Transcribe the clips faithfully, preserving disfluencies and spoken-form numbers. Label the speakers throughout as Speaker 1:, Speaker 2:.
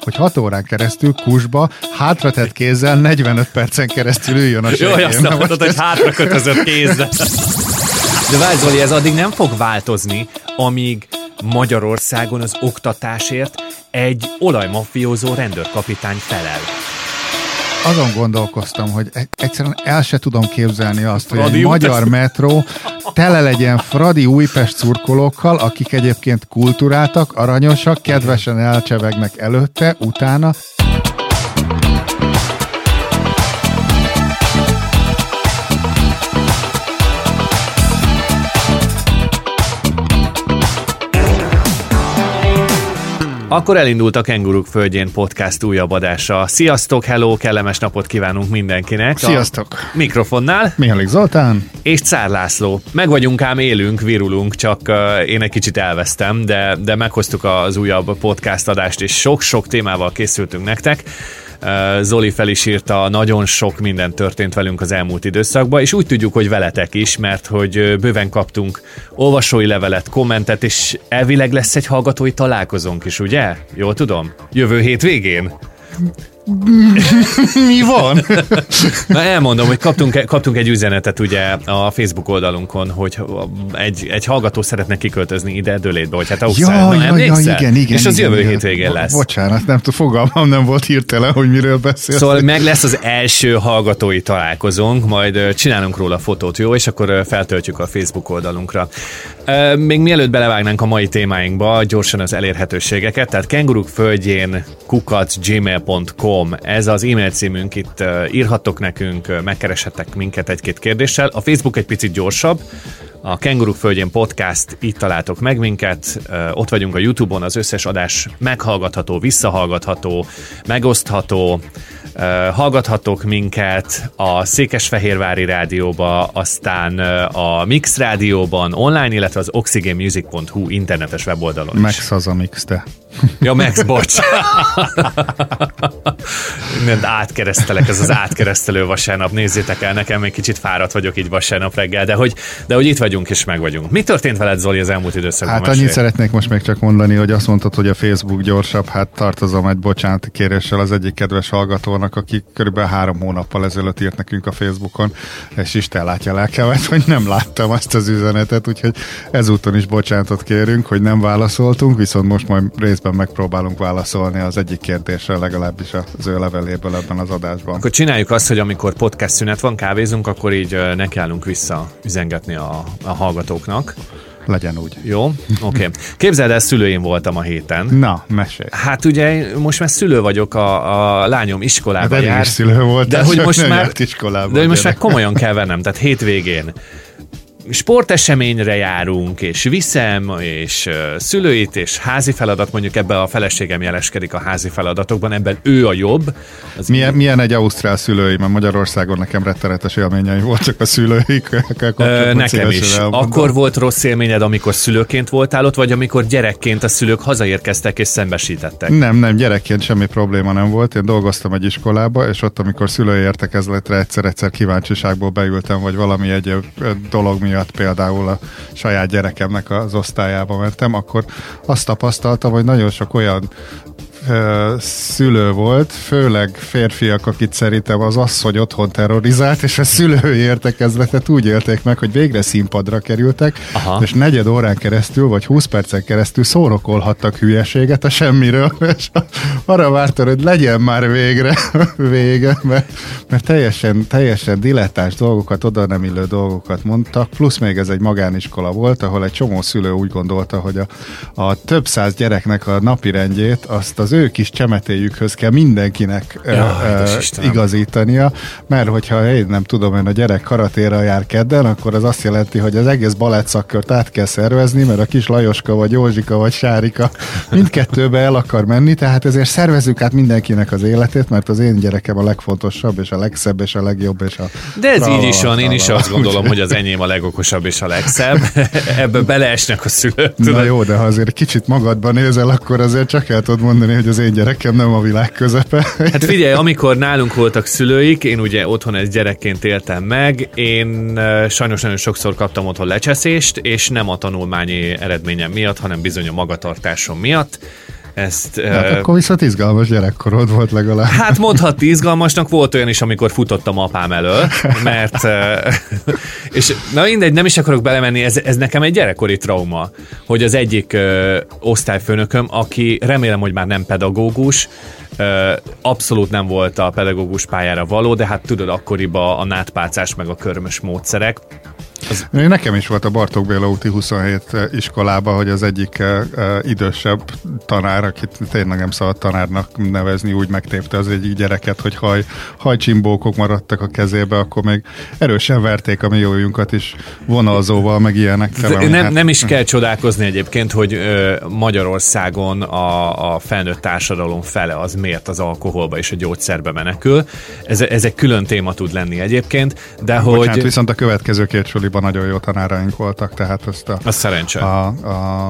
Speaker 1: hogy hat órán keresztül kusba, hátratett kézzel negyvenöt percen keresztül üljön a segélyem.
Speaker 2: Jó, azt mondod, hogy hátra kötözött kézzel. De várj, Zoli, ez addig nem fog változni, amíg Magyarországon az oktatásért egy olajmafiózó rendőrkapitány felel.
Speaker 1: Azon gondolkoztam, hogy egyszerűen el se tudom képzelni azt, hogy
Speaker 2: Fradi
Speaker 1: egy magyar metró tele legyen Fradi Újpest szurkolókkal, akik egyébként kulturáltak, aranyosak, kedvesen elcsevegnek előtte, utána.
Speaker 2: Akkor elindult a Kenguruk Földjén podcast újabb adása. Sziasztok, hello, kellemes napot kívánunk mindenkinek.
Speaker 1: Sziasztok!
Speaker 2: A mikrofonnál
Speaker 1: Mihály Zoltán
Speaker 2: és Czár László. Meg vagyunk ám, élünk, virulunk, csak uh, én egy kicsit elvesztem, de, de meghoztuk az újabb podcast adást, és sok-sok témával készültünk nektek. Uh, Zoli fel is írta, nagyon sok minden történt velünk az elmúlt időszakban, és úgy tudjuk, hogy veletek is, mert hogy bőven kaptunk olvasói levelet, kommentet, és elvileg lesz egy hallgatói találkozónk is, ugye? Jól tudom? Jövő hét végén?
Speaker 1: Mi van?
Speaker 2: Na elmondom, hogy kaptunk, kaptunk egy üzenetet ugye a Facebook oldalunkon, hogy egy, egy hallgató szeretne kiköltözni ide Dölétbe, hogy hát Ausztrálban,
Speaker 1: ja,
Speaker 2: emlékszel?
Speaker 1: Ja, igen, igen,
Speaker 2: és az
Speaker 1: igen,
Speaker 2: jövő
Speaker 1: igen.
Speaker 2: hétvégén lesz.
Speaker 1: Bocsánat, nem tudom, fogalmam nem volt hirtelen, hogy miről beszélsz.
Speaker 2: Szóval meg lesz az első hallgatói találkozónk, majd csinálunk róla fotót, jó? És akkor feltöltjük a Facebook oldalunkra. Még mielőtt belevágnánk a mai témáinkba, gyorsan az elérhetőségeket, tehát kengurukföldjén kukac gmail pont com, ez az e-mail címünk, itt írhattok nekünk, megkereshettek minket egy-két kérdéssel. A Facebook egy picit gyorsabb, a Kenguruk Földjén Podcast, itt találtok meg minket, ott vagyunk a YouTube-on, az összes adás meghallgatható, visszahallgatható, megosztható, hallgathatok minket a Székesfehérvári Rádióba, aztán a Mix Rádióban online, illetve az oxygenmusic pont hu internetes weboldalon is.
Speaker 1: Max az a Mix, te.
Speaker 2: Ja, Max, bocs. Mindent átkeresztelek, ez az átkeresztelő vasárnap. Nézzétek el, nekem még kicsit fáradt vagyok így vasárnap reggel, de hogy, de hogy itt vagyunk és meg vagyunk. Mi történt veled, Zoli, az elmúlt időszakban?
Speaker 1: Hát
Speaker 2: mesélj?
Speaker 1: Annyit szeretnék most még csak mondani, hogy azt mondtad, hogy a Facebook gyorsabb, hát tartozom egy bocsánati kéréssel az egyik kedves hallgatónak, aki körülbelül három hónappal ezelőtt írt nekünk a Facebookon, és Isten látja lelkemet, hogy nem láttam azt az üzenetet, úgyhogy ezúton is bocsánatot kérünk, hogy nem válaszoltunk, viszont most majd részben megpróbálunk válaszolni az egyik kérdésre, legalábbis az ő leveléből ebben az adásban.
Speaker 2: Akkor csináljuk azt, hogy amikor podcast szünet van, kávézunk, akkor így nekiállunk vissza üzengetni a, a hallgatóknak.
Speaker 1: Legyen úgy.
Speaker 2: Jó? Oké. Okay. Képzeld el, szülőim voltam a héten.
Speaker 1: Na, mesélj.
Speaker 2: Hát ugye most már szülő vagyok, a, a lányom iskolába
Speaker 1: hát
Speaker 2: jár.
Speaker 1: is szülő volt,
Speaker 2: de hogy most már, de hogy most már
Speaker 1: gyerek.
Speaker 2: komolyan kell vennem, tehát hétvégén sporteseményre járunk, és viszem, és uh, szülőit, és házi feladat, mondjuk ebben a feleségem jeleskedik a házi feladatokban, ebben ő a jobb. Az
Speaker 1: milyen, milyen egy ausztrál szülői, mert Magyarországon nekem rettenetes élményei voltak a szülőik.
Speaker 2: Ö, nekem is. Elmondom. Akkor volt rossz élményed, amikor szülőként voltál ott, vagy amikor gyerekként a szülők hazaérkeztek és szembesítettek?
Speaker 1: Nem, nem, gyerekként semmi probléma nem volt. Én dolgoztam egy iskolába, és ott, amikor szülői értekezletre egyszer-egyszer kíváncsiságból beültem, vagy valami egyéb dolog miatt, például a saját gyerekemnek az osztályába mentem, akkor azt tapasztaltam, hogy nagyon sok olyan ö, szülő volt, főleg férfiak, akit szerintem az asszony otthon terrorizált, és a szülői értekezletet úgy élték meg, hogy végre színpadra kerültek, aha, és negyed órán keresztül, vagy húsz percen keresztül szórokolhattak hülyeséget a semmiről, és arra vártam, hogy legyen már végre vége, mert, mert teljesen, teljesen dilettáns dolgokat, oda nem illő dolgokat mondtak, plusz még ez egy magániskola volt, ahol egy csomó szülő úgy gondolta, hogy a, a több száz gyereknek a napirendjét azt az ő kis csemetéjükhöz kell mindenkinek ja, uh, igazítania, mert hogyha én nem tudom, én a gyerek karatéra jár kedden, akkor az azt jelenti, hogy az egész balettszakkört át kell szervezni, mert a kis Lajoska, vagy Józsika, vagy Sárika mindkettőbe el akar menni, tehát ezért szervezzük át mindenkinek az életét, mert az én gyerekem a legfontosabb, és a legszebb, és a legjobb, és a...
Speaker 2: De ez így is van, én is azt gondolom, hogy az enyém a legokosabb és a legszebb. Ebből beleesnek a szülők.
Speaker 1: Na jó, de ha azért kicsit magadban nézel, akkor azért csak el tudod mondani, hogy az én gyerekem nem a világ közepe.
Speaker 2: Hát figyelj, amikor nálunk voltak szülőik, én ugye otthon egy gyerekként éltem meg, én sajnos nagyon sokszor kaptam otthon lecseszést, és nem a tanulmányi eredményem miatt, hanem bizony a magatartásom miatt. Ezt,
Speaker 1: hát
Speaker 2: uh,
Speaker 1: akkor viszont izgalmas gyerekkorod volt legalább.
Speaker 2: Hát mondhatni izgalmasnak, volt olyan is, amikor futottam apám elől, mert uh, és na mindegy, nem is akarok belemenni, ez, ez nekem egy gyerekkori trauma, hogy az egyik uh, osztályfőnököm, aki remélem, hogy már nem pedagógus, uh, abszolút nem volt a pedagógus pályára való, de hát tudod, akkoriban a nátpálcás meg a körmös módszerek.
Speaker 1: Az... Nekem is volt a Bartók Béla úti huszonhét iskolában, hogy az egyik uh, idősebb tanár, akit tényleg nem szabad tanárnak nevezni, úgy megtépte az egyik gyereket, hogy haj, hajcsimbókok maradtak a kezébe, akkor még erősen verték a mi jójunkat is vonalzóval, meg ilyenekkel.
Speaker 2: Nem,
Speaker 1: hát...
Speaker 2: nem is kell csodálkozni egyébként, hogy ö, Magyarországon a, a felnőtt társadalom fele az miért az alkoholba és a gyógyszerbe menekül. Ez, ez egy külön téma tud lenni egyébként, de
Speaker 1: Bocsánat,
Speaker 2: hogy...
Speaker 1: viszont a következő két soliban nagyon jó tanáraink voltak, tehát azt a...
Speaker 2: Az szerencse.
Speaker 1: A, a,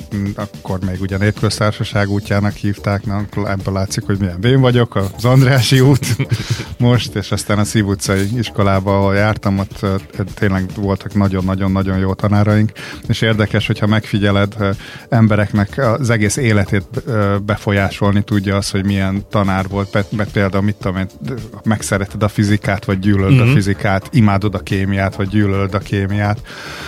Speaker 1: akkor még ugye Népköztársaság útjának hívták, na, ebből látszik, hogy milyen bén vagyok, az Andrássy út most, és aztán a Szív utcai iskolába, ahol jártam, ott tényleg voltak nagyon-nagyon-nagyon jó tanáraink, és érdekes, hogyha megfigyeled, embereknek az egész életét befolyásolni tudja az, hogy milyen tanár volt, például mit tudom én, megszereted a fizikát, vagy gyűlöld mm-hmm. a fizikát, imádod a kémiát, vagy gyűlöld a kémiát,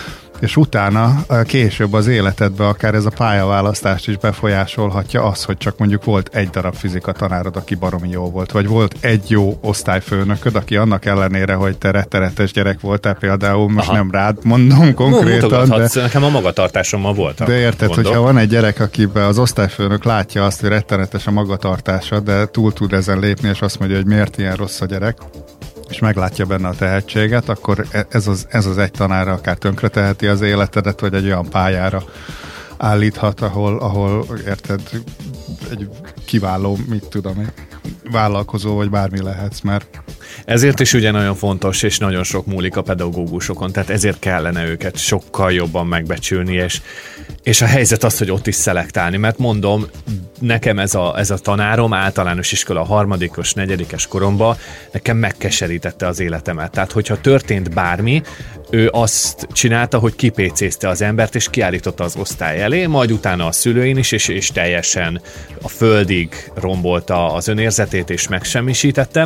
Speaker 1: és utána később az életedben akár ez a pályaválasztást is befolyásolhatja az, hogy csak mondjuk volt egy darab fizika tanárod, aki baromi jó volt, vagy volt egy jó osztályfőnököd, aki annak ellenére, hogy te rettenetes gyerek voltál például, most Aha. nem rád mondom konkrétan, de...
Speaker 2: Nekem a magatartásommal voltak.
Speaker 1: De érted,
Speaker 2: gondok.
Speaker 1: Hogyha van egy gyerek, akiben az osztályfőnök látja azt, hogy rettenetes a magatartása, de túl tud ezen lépni, és azt mondja, hogy miért ilyen rossz a gyerek, és meglátja benne a tehetséget, akkor ez az, ez az egy tanára akár tönkreteheti az életedet, vagy egy olyan pályára állíthat, ahol, ahol érted, egy kiváló, mit tudom én, vállalkozó, vagy bármi lehetsz, mert
Speaker 2: ezért is ugye nagyon fontos, és nagyon sok múlik a pedagógusokon, tehát ezért kellene őket sokkal jobban megbecsülni, és, és a helyzet az, hogy ott is szelektálni, mert mondom, nekem ez a, ez a tanárom általános iskola harmadikos, negyedikes koromban nekem megkeserítette az életemet. Tehát, hogyha történt bármi, ő azt csinálta, hogy kipécézte az embert, és kiállította az osztály elé, majd utána a szülőin is, és, és teljesen a földig rombolta az önérzetét, és megsemmisítette.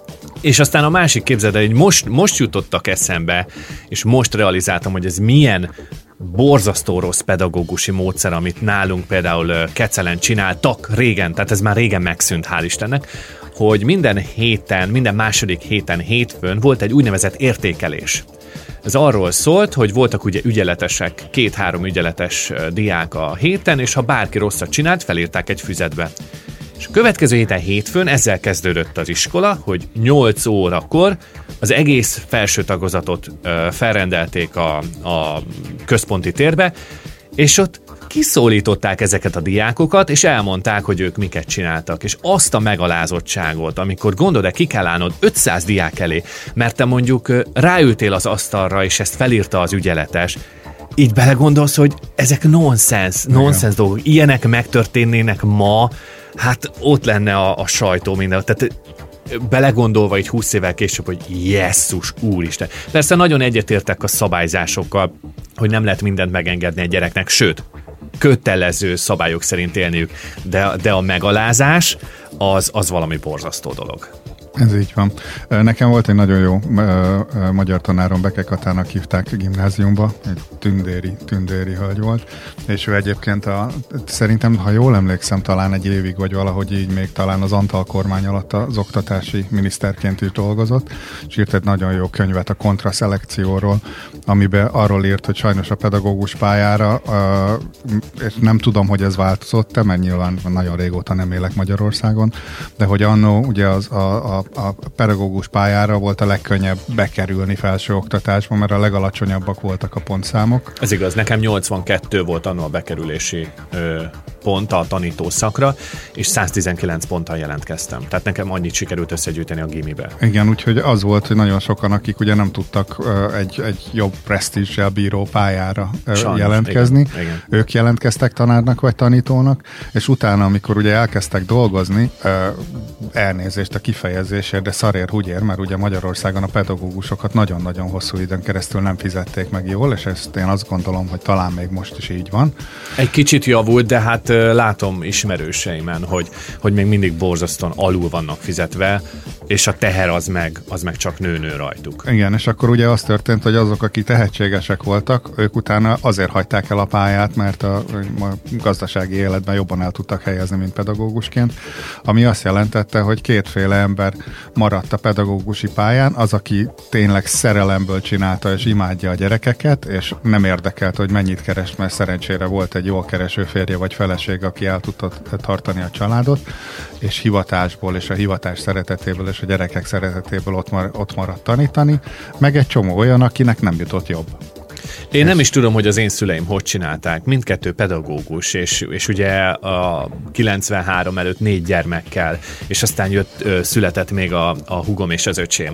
Speaker 2: És aztán a másik, képzeld el, hogy most, most jutottak eszembe, és most realizáltam, hogy ez milyen borzasztó rossz pedagógusi módszer, amit nálunk például Kecelen csináltak régen, tehát ez már régen megszűnt, hál' Istennek, hogy minden héten, minden második héten, hétfőn volt egy úgynevezett értékelés. Ez arról szólt, hogy voltak ugye ügyeletesek, két-három ügyeletes diák a héten, és ha bárki rosszat csinált, felírták egy füzetbe. És a következő héten hétfőn ezzel kezdődött az iskola, hogy nyolc órakor az egész felső tagozatot ö, felrendelték a, a központi térbe, és ott kiszólították ezeket a diákokat, és elmondták, hogy ők miket csináltak. És azt a megalázottságot, amikor gondolod, ki kell állnod ötszáz diák elé, mert te mondjuk ráültél az asztalra, és ezt felírta az ügyeletes, így belegondolsz, hogy ezek nonsens, nonsens dolgok, ilyenek megtörténnének ma, hát ott lenne a, a sajtó minden. Tehát belegondolva így húsz évvel később, hogy jesszus, úristen. Persze nagyon egyetértek a szabályzásokkal, hogy nem lehet mindent megengedni egy gyereknek, sőt, kötelező szabályok szerint élniük, de, de a megalázás az, az valami borzasztó dolog.
Speaker 1: Ez így van. Nekem volt egy nagyon jó magyar tanárom, Beke Katának hívták gimnáziumba, egy tündéri, tündéri hölgy volt, és ő egyébként a, szerintem, ha jól emlékszem, talán egy évig, vagy valahogy így még talán az Antal kormány alatt az oktatási miniszterként is dolgozott, és írt egy nagyon jó könyvet a kontraszelekcióról, amiben arról írt, hogy sajnos a pedagógus pályára, és nem tudom, hogy ez változott, mert nyilván nagyon régóta nem élek Magyarországon, de hogy annó ugye az a, a a pedagógus pályára volt a legkönnyebb bekerülni felsőoktatásba, mert a legalacsonyabbak voltak a pontszámok.
Speaker 2: Ez igaz, nekem nyolcvankettő volt annó a bekerülési ö, pont a tanítószakra, és száztizenkilenc ponttal jelentkeztem. Tehát nekem annyit sikerült összegyűjteni a gimibe.
Speaker 1: Igen, úgyhogy az volt, hogy nagyon sokan, akik ugye nem tudtak ö, egy, egy jobb presztízsel bíró pályára ö, Sajnos, jelentkezni. Igen, igen. Ők jelentkeztek tanárnak vagy tanítónak, és utána, amikor ugye elkezdtek dolgozni, ö, elnézést a kifejezés, de szarér húgyér, mert ugye Magyarországon a pedagógusokat nagyon-nagyon hosszú időn keresztül nem fizették meg jól, és ezt én azt gondolom, hogy talán még most is így van.
Speaker 2: Egy kicsit javult, de hát látom ismerőseimen, hogy, hogy még mindig borzasztóan alul vannak fizetve, és a teher az meg, az meg csak nő-nő rajtuk.
Speaker 1: Igen, és akkor ugye az történt, hogy azok, akik tehetségesek voltak, ők utána azért hagyták el a pályát, mert a, a gazdasági életben jobban el tudtak helyezni, mint pedagógusként, ami azt jelentette, hogy kétféle ember maradt a pedagógusi pályán, az, aki tényleg szerelemből csinálta és imádja a gyerekeket, és nem érdekelt, hogy mennyit keres, mert szerencsére volt egy jól kereső férje vagy feleség, aki el tudta tartani a családot, és hivatásból és a hivatás szeretetéből és a gyerekek szeretetéből ott, mar- ott maradt tanítani, meg egy csomó olyan, akinek nem jutott jobb.
Speaker 2: Én nem is tudom, hogy az én szüleim hogy csinálták. Mindkettő pedagógus, és, és ugye a kilencvenhárom előtt négy gyermekkel, és aztán jött, született még a, a húgom és az öcsém.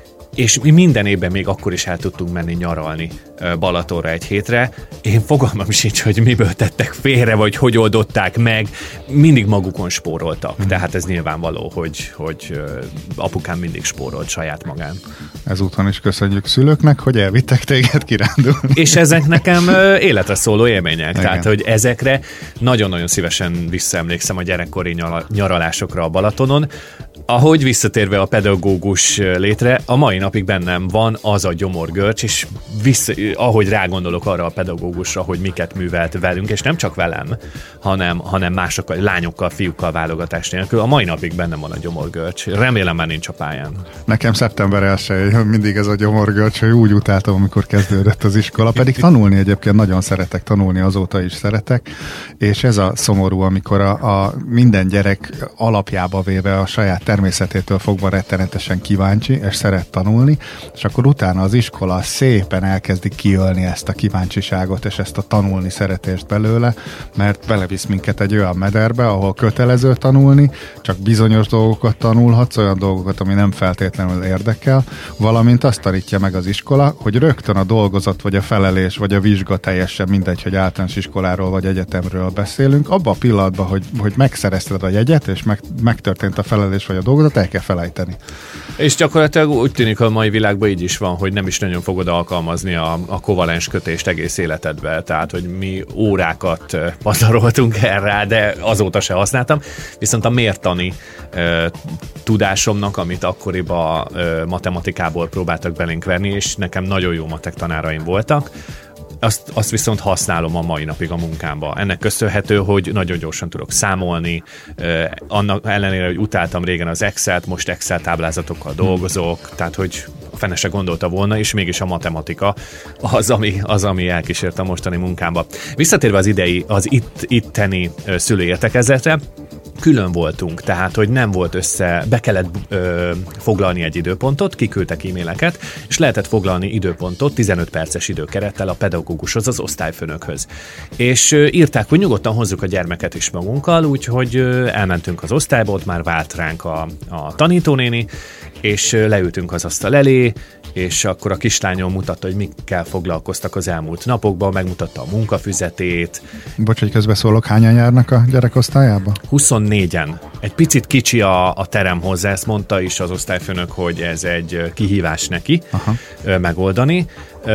Speaker 2: És mi minden évben még akkor is el tudtunk menni nyaralni Balatonra egy hétre. Én fogalmam sincs, hogy miből tettek félre, vagy hogy oldották meg. Mindig magukon spóroltak. Hmm. Tehát ez nyilvánvaló, hogy, hogy apukám mindig spórolt saját magán.
Speaker 1: Ezúton is köszönjük szülőknek, hogy elvittek téged kirándulni.
Speaker 2: És ezek nekem életre szóló élmények. Igen. Tehát, hogy ezekre nagyon-nagyon szívesen visszaemlékszem a gyerekkori nyaralásokra a Balatonon. Ahogy visszatérve a pedagógus létre, a mai napig bennem van az a gyomorgörcs, és vissza, ahogy rágondolok arra a pedagógusra, hogy miket művelt velünk, és nem csak velem, hanem, hanem másokkal, lányokkal, fiúkkal válogatás nélkül, a mai napig bennem van a gyomorgörcs. Remélem már nincs a pályán.
Speaker 1: Nekem szeptember elsején mindig ez a gyomorgörcs, hogy úgy utáltam, amikor kezdődött az iskola, pedig tanulni egyébként nagyon szeretek, tanulni azóta is szeretek, és ez a szomorú, amikor a, a minden gyerek alapjába véve a saját természetétől fogva rettenetesen kíváncsi, és szeret tanulni, és akkor utána az iskola szépen elkezdi kiölni ezt a kíváncsiságot, és ezt a tanulni szeretést belőle, mert belevisz minket egy olyan mederbe, ahol kötelező tanulni, csak bizonyos dolgokat tanulhatsz, olyan dolgokat, ami nem feltétlenül érdekel, valamint azt tanítja meg az iskola, hogy rögtön a dolgozat, vagy a felelés, vagy a vizsga, teljesen mindegy, hogy általános iskoláról, vagy egyetemről beszélünk, abban a pillanatban, hogy, hogy megszerezted a jegyet, és meg, megtörtént a felelés, vagy a dolgozat, el kell felejteni.
Speaker 2: És gyakorlatilag úgy tűnik, a mai világban így is van, hogy nem is nagyon fogod alkalmazni a, a kovalens kötést egész életedbe. Tehát, hogy mi órákat pazaroltunk erre, de azóta se használtam. Viszont a mértani e, tudásomnak, amit akkoriban e, matematikából próbáltak belénk verni, és nekem nagyon jó matek tanáraim voltak, Azt, azt viszont használom a mai napig a munkámban. Ennek köszönhető, hogy nagyon gyorsan tudok számolni, eh, annak ellenére, hogy utáltam régen az Excel-t, most Excel táblázatokkal dolgozok, tehát hogy a fene se gondolta volna, és mégis a matematika az, ami, az, ami elkísért a mostani munkámba. Visszatérve az idei, az itt, itteni szülőértekezletre, külön voltunk, tehát, hogy nem volt össze, be kellett ö, foglalni egy időpontot, kiküldtek e-maileket, és lehetett foglalni időpontot tizenöt perces időkerettel a pedagógushoz, az osztályfőnökhöz. És ö, írták, hogy nyugodtan hozzuk a gyermeket is magunkkal, úgyhogy ö, elmentünk az osztályba, ott már vált ránk a, a tanítónéni, és ö, leültünk az asztal elé, és akkor a kislányom mutatta, hogy mikkel foglalkoztak az elmúlt napokban, megmutatta a munkafüzetét.
Speaker 1: Bocs, hogy közbeszólok, hányan járnak a gyerekosztályába?
Speaker 2: huszonnégyen. Egy picit kicsi a, a terem hozzá, ezt mondta is az osztályfőnök, hogy ez egy kihívás neki Aha. megoldani.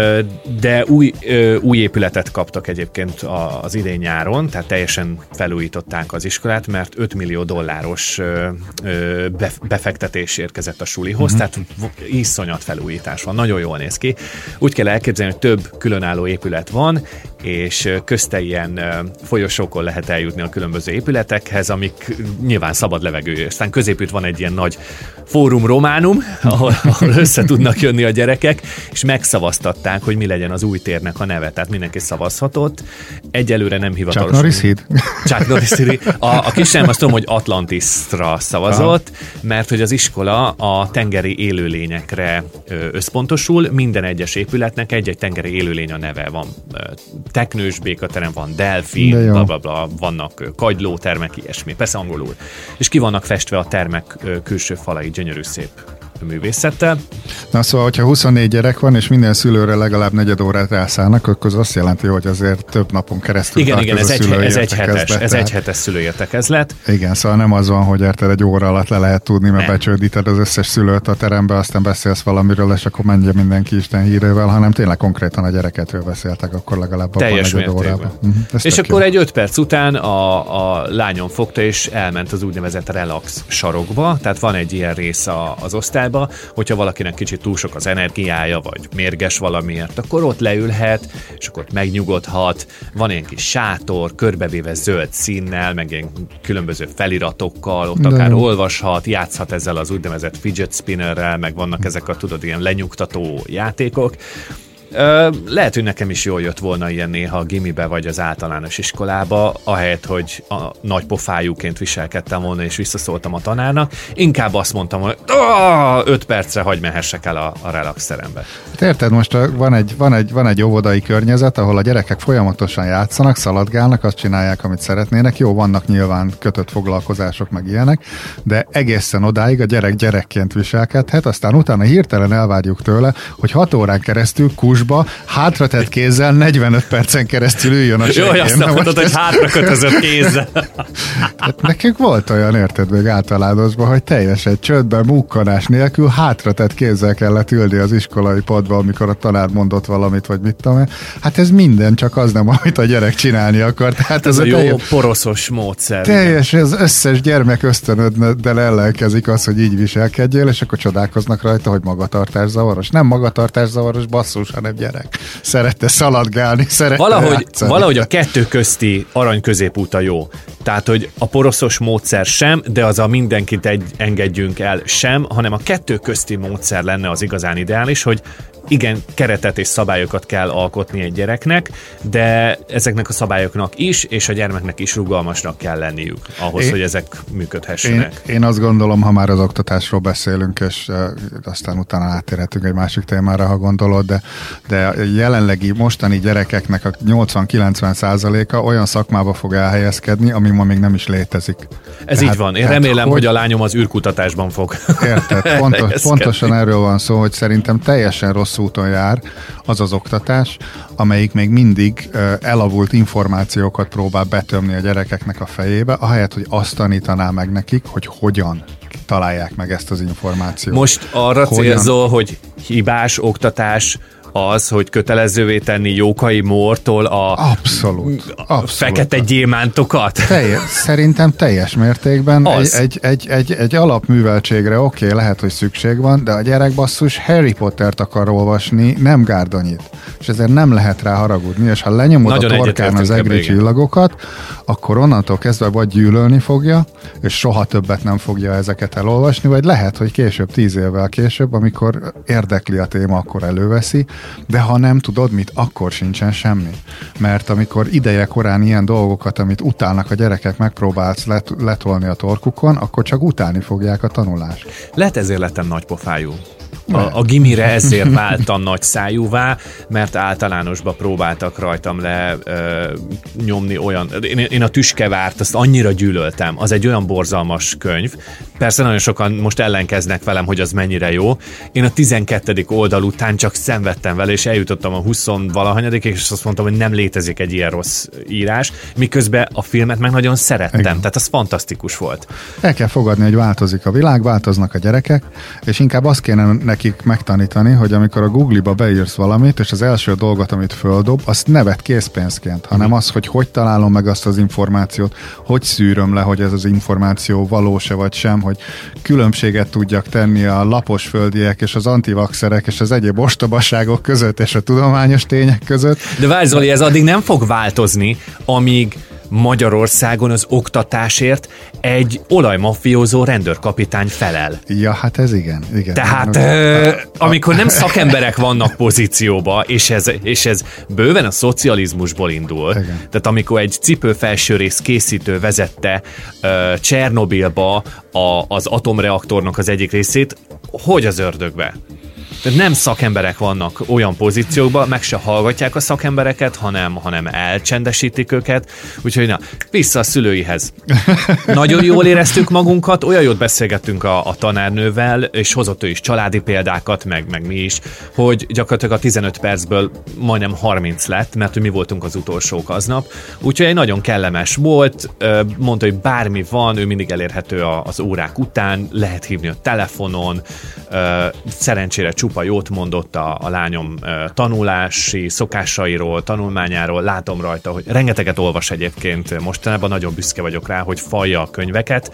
Speaker 2: De új, új épületet kaptak egyébként az idén nyáron, tehát teljesen felújították az iskolát, mert öt millió dolláros befektetés érkezett a sulihoz, uh-huh. tehát iszonyat felújítás van, nagyon jól néz ki. Úgy kell elképzelni, hogy több különálló épület van, és közte ilyen folyosókon lehet eljutni a különböző épületekhez, amik nyilván szabad levegő. Aztán középütt van egy ilyen nagy fórum románum, ahol, ahol össze tudnak jönni a gyerekek, és megszavaztatták, hogy mi legyen az új térnek a neve. Tehát mindenki szavazhatott. Egyelőre nem hivatalos.
Speaker 1: Chuck Norris híd?
Speaker 2: Chuck Norris híd. A, a kisem azt tudom, hogy Atlantisra szavazott, mert hogy az iskola a tengeri élőlényekre összpontosul. Minden egyes épületnek egy-egy tengeri élőlény a neve van. Teknős békaterem van, delfin, bla, bla, bla, vannak kagylótermek, ilyesmi, persze angolul. És ki vannak festve a termek külső falai, gyönyörű szép művészettel.
Speaker 1: Na szóval, hogyha huszonnégy gyerek van, és minden szülőre legalább negyed órát elszállnak, akkor az azt jelenti, hogy azért több napon keresztül
Speaker 2: igen,
Speaker 1: tart
Speaker 2: igen,
Speaker 1: ez,
Speaker 2: ez,
Speaker 1: a
Speaker 2: egy, ez egy hetes,
Speaker 1: tehát...
Speaker 2: ez egy hetes szülőértekezlet.
Speaker 1: Igen, szóval nem az van, hogy érted egy óra alatt le lehet tudni, mert
Speaker 2: nem.
Speaker 1: becsődíted az összes szülőt a terembe, aztán beszélsz valamiről, és akkor menje mindenki Isten hírével, hanem tényleg konkrétan a gyereketről beszéltek, akkor legalább abban
Speaker 2: teljes
Speaker 1: negyed órában. Uh-huh.
Speaker 2: És akkor jó. Egy öt perc után a, a lányom fogta, és elment az úgynevezett relax sarokba, tehát van egy ilyen rész a, az osztályba, hogyha valakinek kicsit túl sok az energiája, vagy mérges valamiért, akkor ott leülhet, és akkor ott megnyugodhat. Van egy kis sátor, körbevéve zöld színnel, meg ilyen különböző feliratokkal, ott
Speaker 1: de
Speaker 2: akár
Speaker 1: jó.
Speaker 2: olvashat, játszhat ezzel az úgynevezett fidget spinnerrel, meg vannak ezek a, tudod, ilyen lenyugtató játékok. Ö, lehet, hogy nekem is jól jött volna ilyen néha a gimibe vagy az általános iskolába, ahelyett, hogy a nagy pofájúként viselkedtem volna és visszaszóltam a tanárnak. Inkább azt mondtam, hogy öt percre hagyj mehessek el a, a relax terembe.
Speaker 1: Hát érted, most van egy, van, egy, van egy óvodai környezet, ahol a gyerekek folyamatosan játszanak, szaladgálnak, azt csinálják, amit szeretnének. Jó, vannak nyilván kötött foglalkozások, meg ilyenek, de egészen odáig a gyerek gyerekként viselkedhet, aztán utána hirtelen elvárjuk tőle, hogy hat órán keresztül kus hátratett kézzel negyvenöt percen keresztül üljön a
Speaker 2: segélyem. Jó, azt nem mondod, hogy hátra kötözött kézzel.
Speaker 1: Hát nekünk volt olyan, érted, még általánosban, hogy teljesen csődben, múkkanás nélkül hátratett kézzel kellett ülni az iskolai padba, amikor a tanár mondott valamit, vagy mit tudom én. Hát ez minden, csak az nem, amit a gyerek csinálni akar. Tehát
Speaker 2: ez, ez a jó
Speaker 1: teljes,
Speaker 2: poroszos módszer.
Speaker 1: Teljes, az összes gyermek ösztönöddel ellenkezik az, hogy így viselkedjél, és akkor csodálkoznak rajta, hogy magatartászavaros. Nem magatartászavaros, basszus, hanem gyerek. Szerette szaladgálni, szerette
Speaker 2: valahogy, valahogy a kettő közti arany középút a jó. Tehát, hogy a poroszos módszer sem, de az a mindenkit egy, engedjünk el sem, hanem a kettő közti módszer lenne az igazán ideális, hogy igen, keretet és szabályokat kell alkotni egy gyereknek, de ezeknek a szabályoknak is, és a gyermeknek is rugalmasnak kell lenniük ahhoz, én, hogy ezek működhessenek.
Speaker 1: Én, én azt gondolom, ha már az oktatásról beszélünk, és uh, aztán utána átérhetünk egy másik témára, ha gondolod, de, de jelenlegi mostani gyerekeknek a nyolcvan-kilencven százaléka olyan szakmába fog elhelyezkedni, ami ma még nem is létezik.
Speaker 2: Ez tehát, így van. Én remélem, hogy, hogy a lányom az űrkutatásban fog.
Speaker 1: Érted? Pontos, pontosan erről van szó, hogy szerintem teljesen rossz úton jár az az oktatás, amelyik még mindig uh, elavult információkat próbál betömni a gyerekeknek a fejébe, ahelyett, hogy azt tanítaná meg nekik, hogy hogyan találják meg ezt az információt.
Speaker 2: Most arra hogyan... célzol, hogy hibás oktatás az, hogy kötelezővé tenni Jókai Mórtól a
Speaker 1: abszolút, abszolút.
Speaker 2: fekete gyémántokat?
Speaker 1: Teljes, szerintem teljes mértékben egy, egy, egy, egy, egy alapműveltségre oké, okay, lehet, hogy szükség van, de a gyerek basszus Harry Pottert akar olvasni, nem Gárdonyit. És ezért nem lehet rá haragudni, és ha lenyomod nagyon a torkán az egri csillagokat, akkor onnantól kezdve vagy gyűlölni fogja, és soha többet nem fogja ezeket elolvasni, vagy lehet, hogy később, tíz évvel később, amikor érdekli a téma, akkor előveszi, de ha nem tudod mit, akkor sincsen semmi. Mert amikor ideje korán ilyen dolgokat, amit utálnak a gyerekek, megpróbálsz let- letolni a torkukon, akkor csak utálni fogják a tanulást.
Speaker 2: Lehet ezért lettem nagypofájú. A, a gimire ezért váltam nagy szájúvá, mert általánosba próbáltak rajtam le ö, nyomni olyan... Én, én a Tüskevárt, azt annyira gyűlöltem. Az egy olyan borzalmas könyv. Persze nagyon sokan most ellenkeznek velem, hogy az mennyire jó. Én a tizenkettedik oldal után csak szenvedtem vele, és eljutottam a húsz-valahanyadik, és azt mondtam, hogy nem létezik egy ilyen rossz írás, miközben a filmet meg nagyon szerettem. Igen. Tehát az fantasztikus volt.
Speaker 1: El kell fogadni, hogy változik a világ, változnak a gyerekek, és inkább azt kéne nekik megtanítani, hogy amikor a Google-ba beírsz valamit, és az első dolgot, amit földob, azt ne vedd készpénzként, hanem az, hogy hogy találom meg azt az információt, hogy szűröm le, hogy ez az információ valós-e vagy sem, hogy különbséget tudjak tenni a lapos földiek és az antivaxerek és az egyéb ostobaságok között és a tudományos tények között.
Speaker 2: De várj Zoli, ez addig nem fog változni, amíg Magyarországon az oktatásért egy olajmafiózó rendőrkapitány felel.
Speaker 1: Ja, hát ez igen. igen.
Speaker 2: Tehát ö, amikor nem szakemberek vannak pozícióba, és ez, és ez bőven a szocializmusból indul, igen. Tehát amikor egy cipőfelsőrész készítő vezette ö, Csernobilba a, az atomreaktornak az egyik részét, hogy az ördögbe? Tehát nem szakemberek vannak olyan pozíciókban, meg se hallgatják a szakembereket, hanem, hanem elcsendesítik őket. Úgyhogy na, vissza a szülőihez. Nagyon jól éreztük magunkat, olyan jót beszélgettünk a, a tanárnővel, és hozott ő is családi példákat, meg, meg mi is, hogy gyakorlatilag a tizenöt percből majdnem harminc lett, mert mi voltunk az utolsók aznap. Úgyhogy egy nagyon kellemes volt, mondta, hogy bármi van, ő mindig elérhető az órák után, lehet hívni a telefonon, szerencsére csupa jót mondott a, a lányom tanulási szokásairól, tanulmányáról, látom rajta, hogy rengeteget olvas egyébként mostanában, nagyon büszke vagyok rá, hogy falja a könyveket.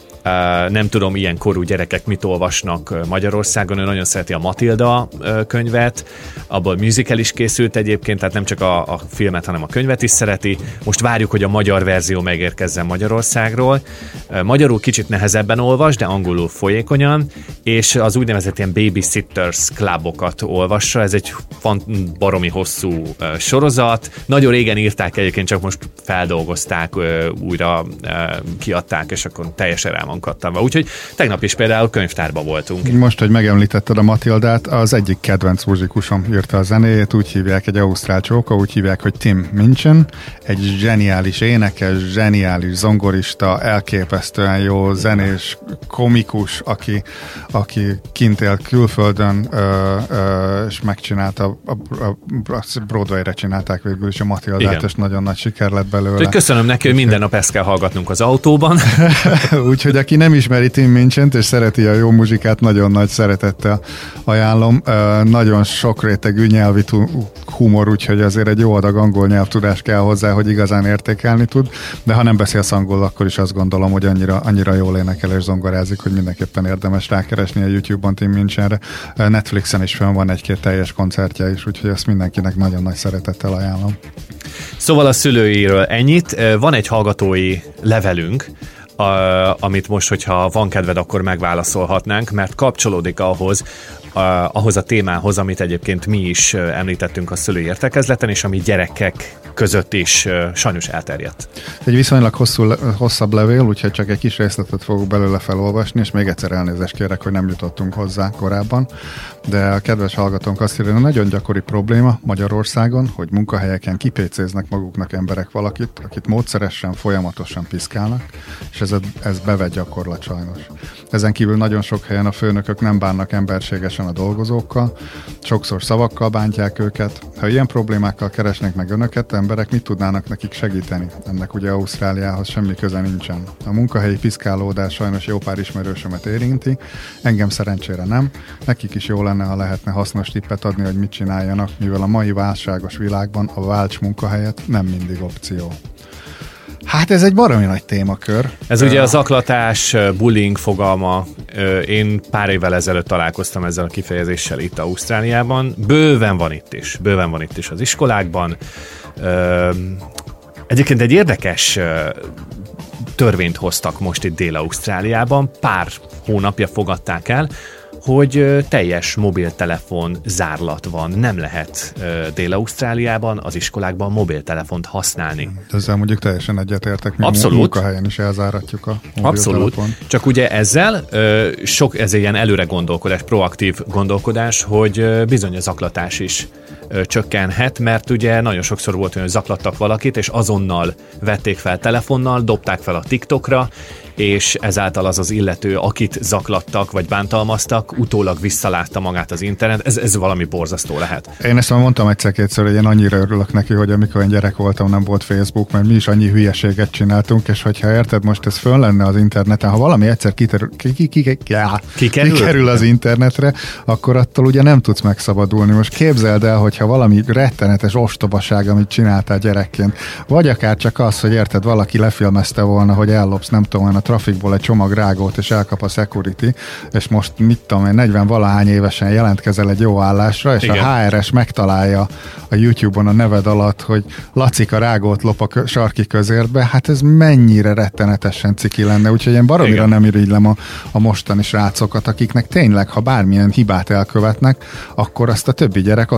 Speaker 2: Uh, nem tudom, ilyen korú gyerekek mit olvasnak Magyarországon, ő nagyon szereti a Matilda uh, könyvet, abból musical is készült egyébként, tehát nem csak a, a filmet, hanem a könyvet is szereti. Most várjuk, hogy a magyar verzió megérkezzen Magyarországról. Uh, magyarul kicsit nehezebben olvas, de angolul folyékonyan, és az úgynevezett ilyen Babysitters Clubokat olvassa, ez egy baromi hosszú uh, sorozat. Nagyon régen írták egyébként, csak most feldolgozták, uh, újra uh, kiadták, és akkor teljesen rá van kattanva. Úgyhogy tegnap is például könyvtárba voltunk.
Speaker 1: Most, hogy megemlítetted a Matildát, az egyik kedvenc muzsikusom írta a zenéjét, úgy hívják, egy ausztrál csóka, úgy hívják, hogy Tim Minchin, egy zseniális énekes, zseniális zongorista, elképesztően jó zenés, komikus, aki, aki kint él külföldön, ö, ö, és megcsinálta, a, a, a Broadway-re csinálták végül is a Matildát, igen. És nagyon nagy siker lett belőle.
Speaker 2: Köszönöm neki, hogy minden nap ezt kell hallgatnunk az autóban.
Speaker 1: Úgyhogy aki nem ismeri Tim Minchint és szereti a jó muzsikát, nagyon nagy szeretettel ajánlom. Uh, nagyon sok rétegű nyelvi humor, úgyhogy azért egy jó adag angol nyelvtudás kell hozzá, hogy igazán értékelni tud, de ha nem beszélsz angol, akkor is azt gondolom, hogy annyira, annyira jól énekel és zongorázik, hogy mindenképpen érdemes rákeresni a YouTube-on Tim Minchinre. Uh, Netflixen is fönn van egy-két teljes koncertje is, úgyhogy ezt mindenkinek nagyon nagy szeretettel ajánlom.
Speaker 2: Szóval a szülőiről ennyit. Van egy hallgatói levelünk, A, amit most, hogyha van kedved, akkor megválaszolhatnánk, mert kapcsolódik ahhoz, a, ahhoz a témához, amit egyébként mi is említettünk a szülői értekezleten, és ami gyerekek között is sajnos elterjedt.
Speaker 1: Egy viszonylag hosszú, hosszabb levél, úgyhogy csak egy kis részletet fogok belőle felolvasni, és még egyszer elnézést kérek, hogy nem jutottunk hozzá korábban, de a kedves hallgatónk azt írja, hogy nagyon gyakori probléma Magyarországon, hogy munkahelyeken kipécéznek maguknak emberek valakit, akit módszeresen, folyamatosan piszkálnak, és ez, ez bevett gyakorlat sajnos. Ezen kívül nagyon sok helyen a főnökök nem bánnak emberségesen a dolgozókkal, sokszor szavakkal bántják őket. Ha ilyen problémákkal keresnék meg önöket, emberek mit tudnának nekik segíteni? Ennek ugye Ausztráliához semmi köze nincsen. A munkahelyi piszkálódás sajnos jó pár ismerősömet érinti, engem szerencsére nem. Nekik is jó lenne, ha lehetne hasznos tippet adni, hogy mit csináljanak, mivel a mai válságos világban a válts munkahelyet nem mindig opció. Hát ez egy baromi nagy témakör.
Speaker 2: Ez ugye a zaklatás, bullying fogalma. Én pár évvel ezelőtt találkoztam ezzel a kifejezéssel itt Ausztráliában. Bőven van itt is. Bőven van itt is az iskolákban. Egyébként egy érdekes törvényt hoztak most itt Dél-Ausztráliában. Pár hónapja fogadták el, hogy teljes mobiltelefon zárlat van. Nem lehet Dél-Ausztráliában az iskolákban mobiltelefont használni.
Speaker 1: Ezzel mondjuk teljesen egyetértek, mi
Speaker 2: abszolút.
Speaker 1: Munkahelyen is elzáratjuk a mobiltelefont.
Speaker 2: Abszolút. Csak ugye ezzel sok, ez ilyen előre gondolkodás, proaktív gondolkodás, hogy bizony a zaklatás is csökkenhet, mert ugye nagyon sokszor volt olyan, hogy zaklattak valakit, és azonnal vették fel telefonnal, dobták fel a TikTokra, és ezáltal az az illető, akit zaklattak vagy bántalmaztak, utólag visszalátta magát az internet. Ez, ez valami borzasztó lehet.
Speaker 1: Én ezt már mondtam egyszer-kétszer, hogy én annyira örülök neki, hogy amikor én gyerek voltam, nem volt Facebook, mert mi is annyi hülyeséget csináltunk, és hogyha érted, most ez fönn lenne az interneten, ha valami egyszer kiterül, ki, ki, ki, ki,
Speaker 2: kikerül?
Speaker 1: kikerül az internetre, akkor attól ugye nem tudsz megszabadulni. Most képzeld el, hogyha valami rettenetes ostobaság, amit csináltál gyerekként, vagy akár csak az, hogy érted, valaki lefilmezte volna, hogy ellopsz, nem tudom, a trafikból egy csomag rágót, és elkap a security, és most mit tudom én, negyven valahány évesen jelentkezel egy jó állásra, és igen. A há er es megtalálja a YouTube-on a neved alatt, hogy Lacika rágót lop a kö- sarki közértbe, hát ez mennyire rettenetesen ciki lenne, úgyhogy én baromira igen. nem irigylem a, a mostani srácokat, akiknek tényleg, ha bármilyen hibát elkövetnek, akkor azt a többi gyerek azonnal föl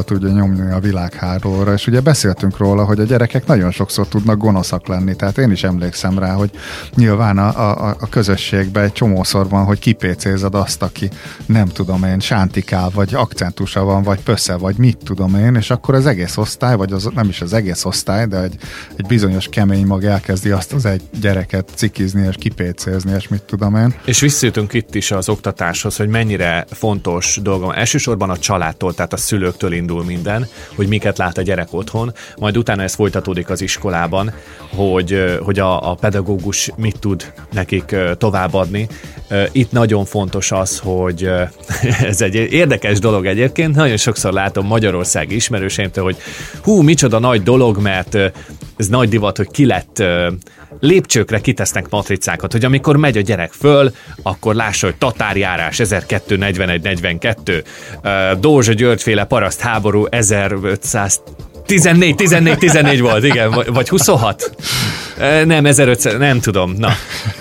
Speaker 1: föl tudja nyomni a világhálóra, és ugye beszéltünk róla, hogy a gyerekek nagyon sokszor tudnak gonoszak lenni, tehát én is emlékszem rá, hogy nyilván a, a, a közösségben egy csomószor van, hogy kipécézed azt, aki nem tudom én, sántikál, vagy akcentusa van, vagy pösze, vagy mit tudom én, és akkor az egész osztály, vagy az, nem is az egész osztály, de egy, egy bizonyos kemény mag elkezdi azt az egy gyereket cikizni, és kipécézni, és mit tudom én.
Speaker 2: És visszajutunk itt is az oktatáshoz, hogy mennyire fontos dolgom. Elsősorban a családtól, tehát a szülőktől indul minden, hogy miket lát a gyerek otthon, majd utána ez folytatódik az iskolában, hogy, hogy a, a pedagógus mit tud nekik továbbadni. Itt nagyon fontos az, hogy ez egy érdekes dolog egyébként, nagyon sokszor látom magyarországi ismerőseimtől, hogy hú, micsoda nagy dolog, mert ez nagy divat, hogy ki lett lépcsőkre kitesznek matricákat, hogy amikor megy a gyerek föl, akkor lássa, hogy tatárjárás ezerkétszáznegyvenegy negyvenkettő, Dózsa Györgyféle parasztháború ezerötszáztizennégy tizennégy tizennégy volt, igen, vagy huszonhat? Nem, ezerötszáz, nem tudom, na.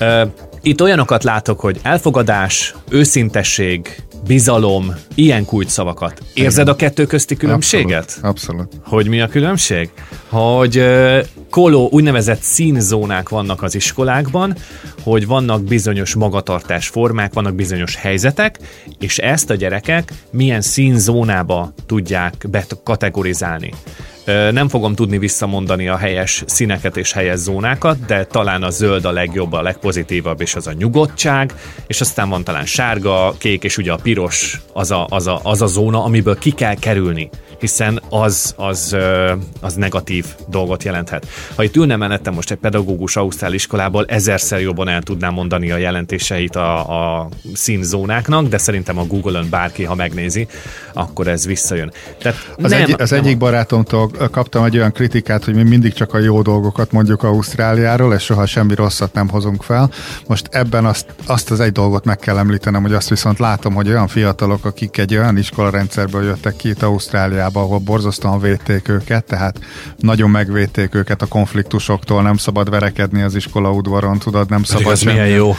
Speaker 2: Itt olyanokat látok, hogy elfogadás, őszintesség, bizalom, ilyen kulcsszavakat. Érzed a kettő közti különbséget?
Speaker 1: Abszolút, abszolút.
Speaker 2: Hogy mi a különbség? Hogy uh, koló, úgynevezett színzónák vannak az iskolákban, hogy vannak bizonyos magatartásformák, vannak bizonyos helyzetek, és ezt a gyerekek milyen színzónába tudják bekategorizálni. Nem fogom tudni visszamondani a helyes színeket és helyes zónákat, de talán a zöld a legjobb, a legpozitívabb, és az a nyugodtság, és aztán van talán sárga, kék, és ugye a piros az a, az a, az a zóna, amiből ki kell kerülni, hiszen az, az, az negatív dolgot jelenthet. Ha itt ülne mellettem most egy pedagógus ausztrál iskolából, ezerszer jobban el tudnám mondani a jelentéseit a, a színzónáknak, de szerintem a Google-ön bárki, ha megnézi, akkor ez visszajön. Tehát
Speaker 1: az,
Speaker 2: nem,
Speaker 1: egy, az
Speaker 2: nem
Speaker 1: egyik barátomtól kaptam egy olyan kritikát, hogy mi mindig csak a jó dolgokat mondjuk Ausztráliáról, és soha semmi rosszat nem hozunk fel. Most ebben azt, azt az egy dolgot meg kell említenem, hogy azt viszont látom, hogy olyan fiatalok, akik egy olyan iskolarendszerből jöttek ki itt Ausztráliába, ahol borzasztóan védték őket, tehát nagyon megvédték őket a konfliktusoktól, nem szabad verekedni az iskola udvaron, tudod, nem szabad
Speaker 2: sem... milyen jó.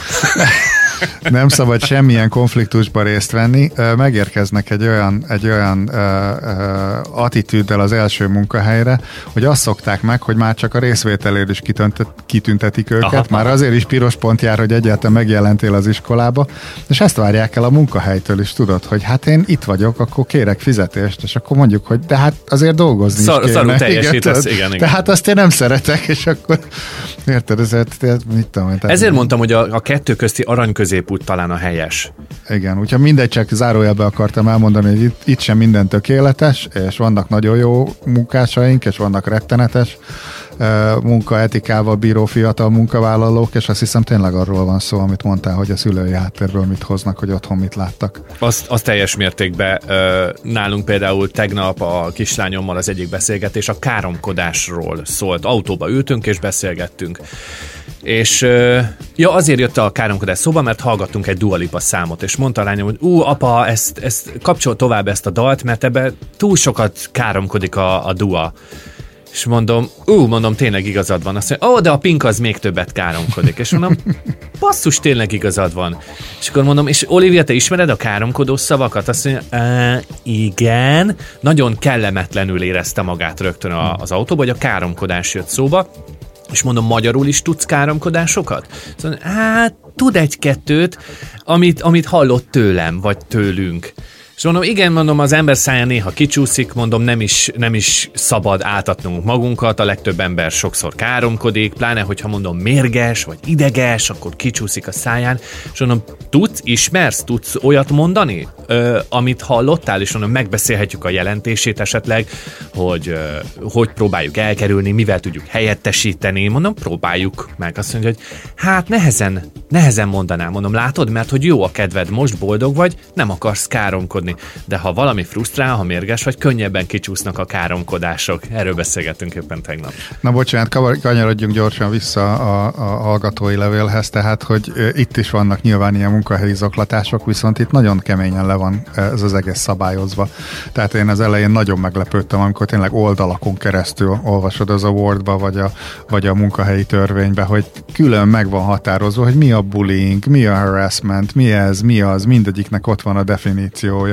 Speaker 1: Nem szabad semmilyen konfliktusba részt venni. Megérkeznek egy olyan, egy olyan uh, uh, attitűddel az első munkahelyre, hogy azt szokták meg, hogy már csak a részvételért is kitüntet, kitüntetik őket, aha, már azért is piros pont jár, hogy egyáltalán megjelentél az iskolába, és ezt várják el a munkahelytől is, tudod, hogy hát én itt vagyok, akkor kérek fizetést, és akkor mondjuk, hogy de hát azért dolgozni Szar, is kéne.
Speaker 2: Szarul teljesítesz, igen, igen.
Speaker 1: De hát azt én nem szeretek, és akkor érted, ezért, mit tudom.
Speaker 2: Ezért mondtam, hogy a, a kettő közti arany középút talán a helyes.
Speaker 1: Igen, úgyhogy mindegy, csak zárójelbe akartam elmondani, hogy itt, itt sem minden tökéletes, és vannak nagyon jó munkásaink, és vannak rettenetes uh, munkaetikával bíró fiatal munkavállalók, és azt hiszem tényleg arról van szó, amit mondtál, hogy a szülői háttérből mit hoznak, hogy otthon mit láttak.
Speaker 2: Azt, azt teljes mértékben uh, nálunk például tegnap a kislányommal az egyik beszélgetés a káromkodásról szólt. Autóba ültünk és beszélgettünk. És ja, azért jött a káromkodás szóba, mert hallgattunk egy Dua Lipa számot, és mondta a lányom, hogy ú, apa, ezt, ezt kapcsol tovább ezt a dalt, mert ebben túl sokat káromkodik a, a Dua. És mondom, ú, mondom, tényleg igazad van. Azt mondja, ó, de a Pink az még többet káromkodik. És mondom, basszus, tényleg igazad van. És akkor mondom, és Olivia, te ismered a káromkodó szavakat? Azt mondja, igen. Nagyon kellemetlenül érezte magát rögtön az autóba, hogy a káromkodás jött szóba. És mondom, magyarul is tudsz káromkodásokat? Szóval, hát, tud egy-kettőt, amit, amit hallott tőlem, vagy tőlünk. És mondom, igen, mondom, az ember szája néha kicsúszik, mondom, nem is, nem is szabad áltatnunk magunkat, a legtöbb ember sokszor káromkodik, pláne, hogyha mondom mérges, vagy ideges, akkor kicsúszik a száján, és mondom, tudsz, ismersz, tudsz olyat mondani, ö, amit hallottál, és mondom, megbeszélhetjük a jelentését esetleg, hogy ö, hogy próbáljuk elkerülni, mivel tudjuk helyettesíteni, mondom, próbáljuk meg. Azt mondja, hogy hát nehezen, nehezen mondanám, mondom, látod, mert hogy jó a kedved, most boldog vagy, nem akarsz káromkodni. De ha valami frusztrál, ha mérges vagy, könnyebben kicsúsznak a káromkodások. Erről beszélgettünk éppen tegnap.
Speaker 1: Na bocsánat, kanyarodjunk gyorsan vissza a, a hallgatói levélhez, tehát, hogy itt is vannak nyilván ilyen munkahelyi zaklatások, viszont itt nagyon keményen le van ez az egész szabályozva. Tehát én az elején nagyon meglepődtem, amikor tényleg oldalakon keresztül olvasod az a Wordba, vagy a, vagy a munkahelyi törvénybe, hogy külön meg van határozva, hogy mi a bullying, mi a harassment, mi ez, mi az, mindegyiknek ott van a definíciója.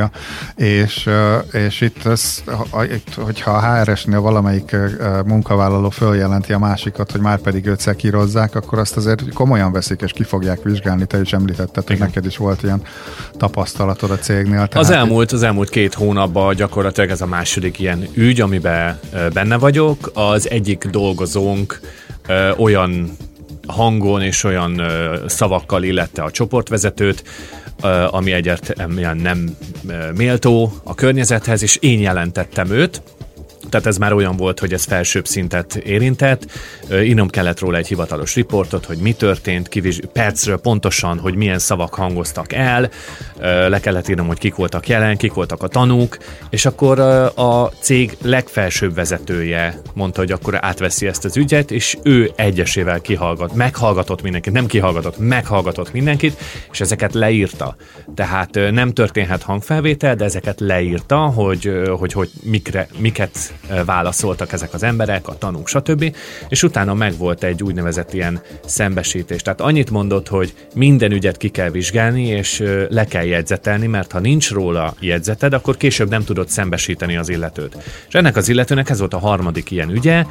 Speaker 1: és, és itt, ez, hogyha a há er es-nél valamelyik munkavállaló följelenti a másikat, hogy már pedig őt szekírozzák, akkor azt azért komolyan veszik, és ki fogják vizsgálni. Te is említetted, hogy neked is volt ilyen tapasztalatod a cégnél. Tehát
Speaker 2: az, elmúlt, az elmúlt két hónapban gyakorlatilag ez a második ilyen ügy, amiben benne vagyok. Az egyik dolgozónk ö, olyan hangon és olyan ö, szavakkal illette a csoportvezetőt, ö, ami egyáltalán nem ö, méltó a környezethez, és én jelentettem őt. Tehát ez már olyan volt, hogy ez felsőbb szintet érintett. Írnom kellett róla egy hivatalos riportot, hogy mi történt, kiviz- percről pontosan, hogy milyen szavak hangoztak el, le kellett írnom, hogy kik voltak jelen, kik voltak a tanúk, és akkor a cég legfelsőbb vezetője mondta, hogy akkor átveszi ezt az ügyet, és ő egyesével kihallgat, meghallgatott mindenkit, nem kihallgatott, meghallgatott mindenkit, és ezeket leírta. Tehát nem történhet hangfelvétel, de ezeket leírta, hogy, hogy, hogy mikre, miket válaszoltak ezek az emberek, a tanúk, stb. És utána megvolt egy úgynevezett ilyen szembesítés. Tehát annyit mondott, hogy minden ügyet ki kell vizsgálni, és le kell jegyzetelni, mert ha nincs róla jegyzeted, akkor később nem tudod szembesíteni az illetőt. És ennek az illetőnek ez volt a harmadik ilyen ügye,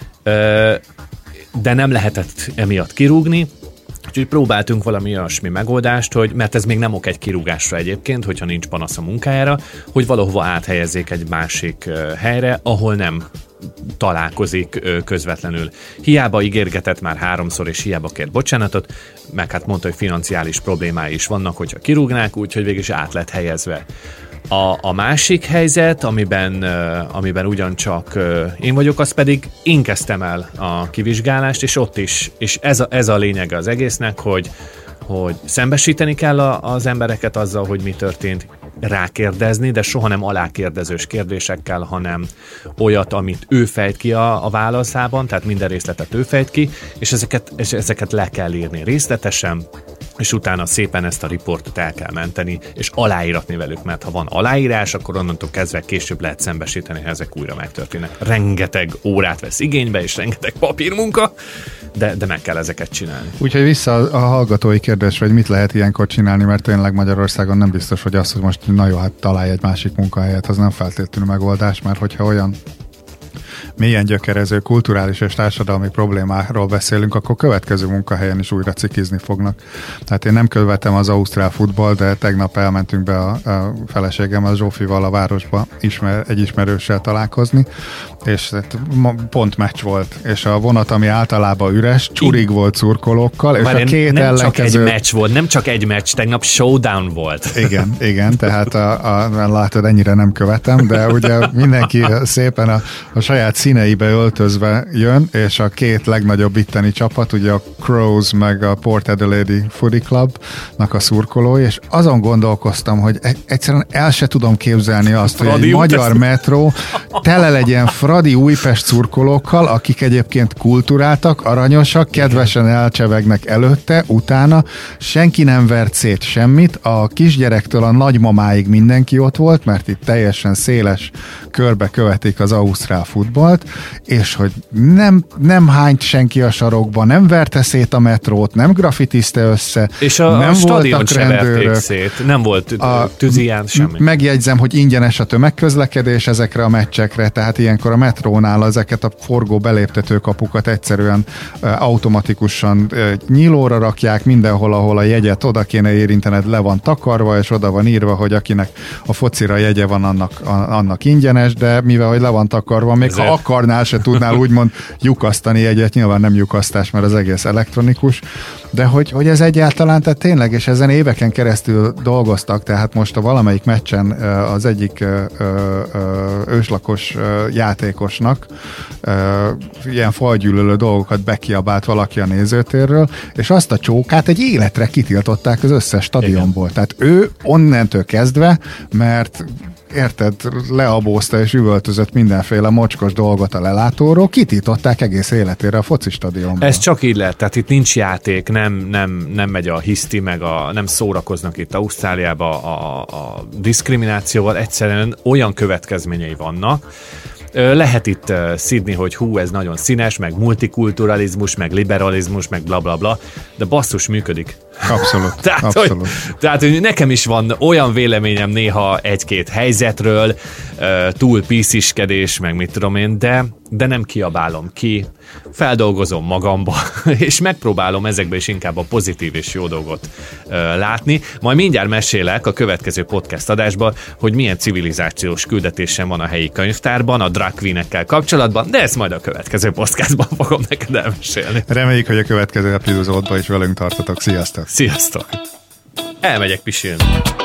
Speaker 2: de nem lehetett emiatt kirúgni, úgyhogy próbáltunk valami olyasmi megoldást, hogy, mert ez még nem ok egy kirúgásra egyébként, hogyha nincs panasz a munkájára, hogy valahova áthelyezzék egy másik helyre, ahol nem találkozik közvetlenül. Hiába ígérgetett már háromszor, és hiába kért bocsánatot, meg hát mondta, hogy financiális problémái is vannak, hogyha kirúgnák, úgyhogy végig is át lett helyezve. A, a másik helyzet, amiben, amiben ugyancsak én vagyok, az pedig én kezdtem el a kivizsgálást, és ott is, és ez a, ez a lényege az egésznek, hogy, hogy szembesíteni kell a, az embereket azzal, hogy mi történt, rákérdezni, de soha nem alákérdezős kérdésekkel, hanem olyat, amit ő fejt ki a, a válaszában, tehát minden részletet ő fejt ki, és ezeket, és ezeket le kell írni részletesen, és utána szépen ezt a riportot el kell menteni, és aláíratni velük, mert ha van aláírás, akkor onnantól kezdve később lehet szembesíteni, ha ezek újra megtörténnek. Rengeteg órát vesz igénybe, és rengeteg papírmunka, de, de meg kell ezeket csinálni.
Speaker 1: Úgyhogy vissza a hallgatói kérdésre, hogy mit lehet ilyenkor csinálni, mert tényleg Magyarországon nem biztos, hogy az, hogy most na jó, hát találj egy másik munkahelyet, az nem feltétlenül megoldás, mert hogyha olyan mélyen gyökerező kulturális és társadalmi problémáról beszélünk, akkor következő munkahelyen is újra cikizni fognak. Tehát én nem követem az ausztrál futball, de tegnap elmentünk be a, a feleségemmel, Zsófival a városba ismer, egy ismerőssel találkozni, és pont meccs volt, és a vonat, ami általában üres, csurig volt szurkolókkal, és Már a két
Speaker 2: nem
Speaker 1: ellenkező...
Speaker 2: csak egy meccs volt, nem csak egy meccs, tegnap showdown volt.
Speaker 1: Igen, igen, tehát a, a, látod, ennyire nem követem, de ugye mindenki szépen a, a saját színeibe öltözve jön, és a két legnagyobb itteni csapat, ugye a Crows meg a Port Adelaide Footy Clubnak a szurkolói, és azon gondolkoztam, hogy egyszerűen el se tudom képzelni azt, hogy egy magyar metró tele legyen Fradi Újpest szurkolókkal, akik egyébként kulturáltak, aranyosak, kedvesen elcsevegnek előtte, utána, senki nem vert szét semmit, a kisgyerektől a nagymamáig mindenki ott volt, mert itt teljesen széles körbe követik az ausztrál futballt, és hogy nem, nem hányt senki a sarokba, nem verte szét a metrót, nem grafitizte össze,
Speaker 2: és a,
Speaker 1: nem
Speaker 2: a
Speaker 1: voltak rendőrök.
Speaker 2: Szét. Nem volt
Speaker 1: a,
Speaker 2: tűziján semmi.
Speaker 1: Megjegyzem, hogy ingyenes a tömegközlekedés ezekre a meccsekre, tehát ilyenkor a metrónál ezeket a forgó beléptető kapukat egyszerűen uh, automatikusan uh, nyílóra rakják, mindenhol, ahol a jegyet oda kéne érintened, le van takarva, és oda van írva, hogy akinek a focira jegye van, annak, a, annak ingyenes, de mivel, hogy le van takarva, még Ezért. ha akarnál, se tudnál úgymond lyukasztani jegyet, nyilván nem lyukasztás, mert az egész elektronikus, de hogy, hogy ez egyáltalán, tehát tényleg, és ezen éveken keresztül dolgoztak, tehát most a valamelyik meccsen az egyik őslakos játékosnak ilyen falgyűlölő dolgokat bekiabált valaki a nézőtérről, és azt a csókát egy életre kitiltották az összes stadionból. Igen. Tehát ő onnantól kezdve, mert érted, leabózta és üvöltözött mindenféle mocskos dolgot a lelátóról, kitították egész életére a foci stadionban.
Speaker 2: Ez csak így lehet, tehát itt nincs játék, nem, nem, nem megy a hiszti, meg a, nem szórakoznak itt Ausztráliában a, a diszkriminációval, egyszerűen olyan következményei vannak. Lehet itt szidni, hogy hú, ez nagyon színes, meg multikulturalizmus, meg liberalizmus, meg bla bla bla, de basszus működik.
Speaker 1: Abszolút.
Speaker 2: tehát,
Speaker 1: abszolút.
Speaker 2: Hogy, tehát, hogy nekem is van olyan véleményem néha egy-két helyzetről, túl pisziskedés, meg mit tudom én, de, de nem kiabálom ki, feldolgozom magamba, és megpróbálom ezekbe is inkább a pozitív és jó dolgot látni. Majd mindjárt mesélek a következő podcast adásban, hogy milyen civilizációs küldetésem van a helyi könyvtárban, a drag queen-ekkel kapcsolatban, de ezt majd a következő podcastban fogom neked elmesélni.
Speaker 1: Reméljük, hogy a következő epizódban is velünk tartotok. Sziasztok!
Speaker 2: Sziasztok! Elmegyek pisilni.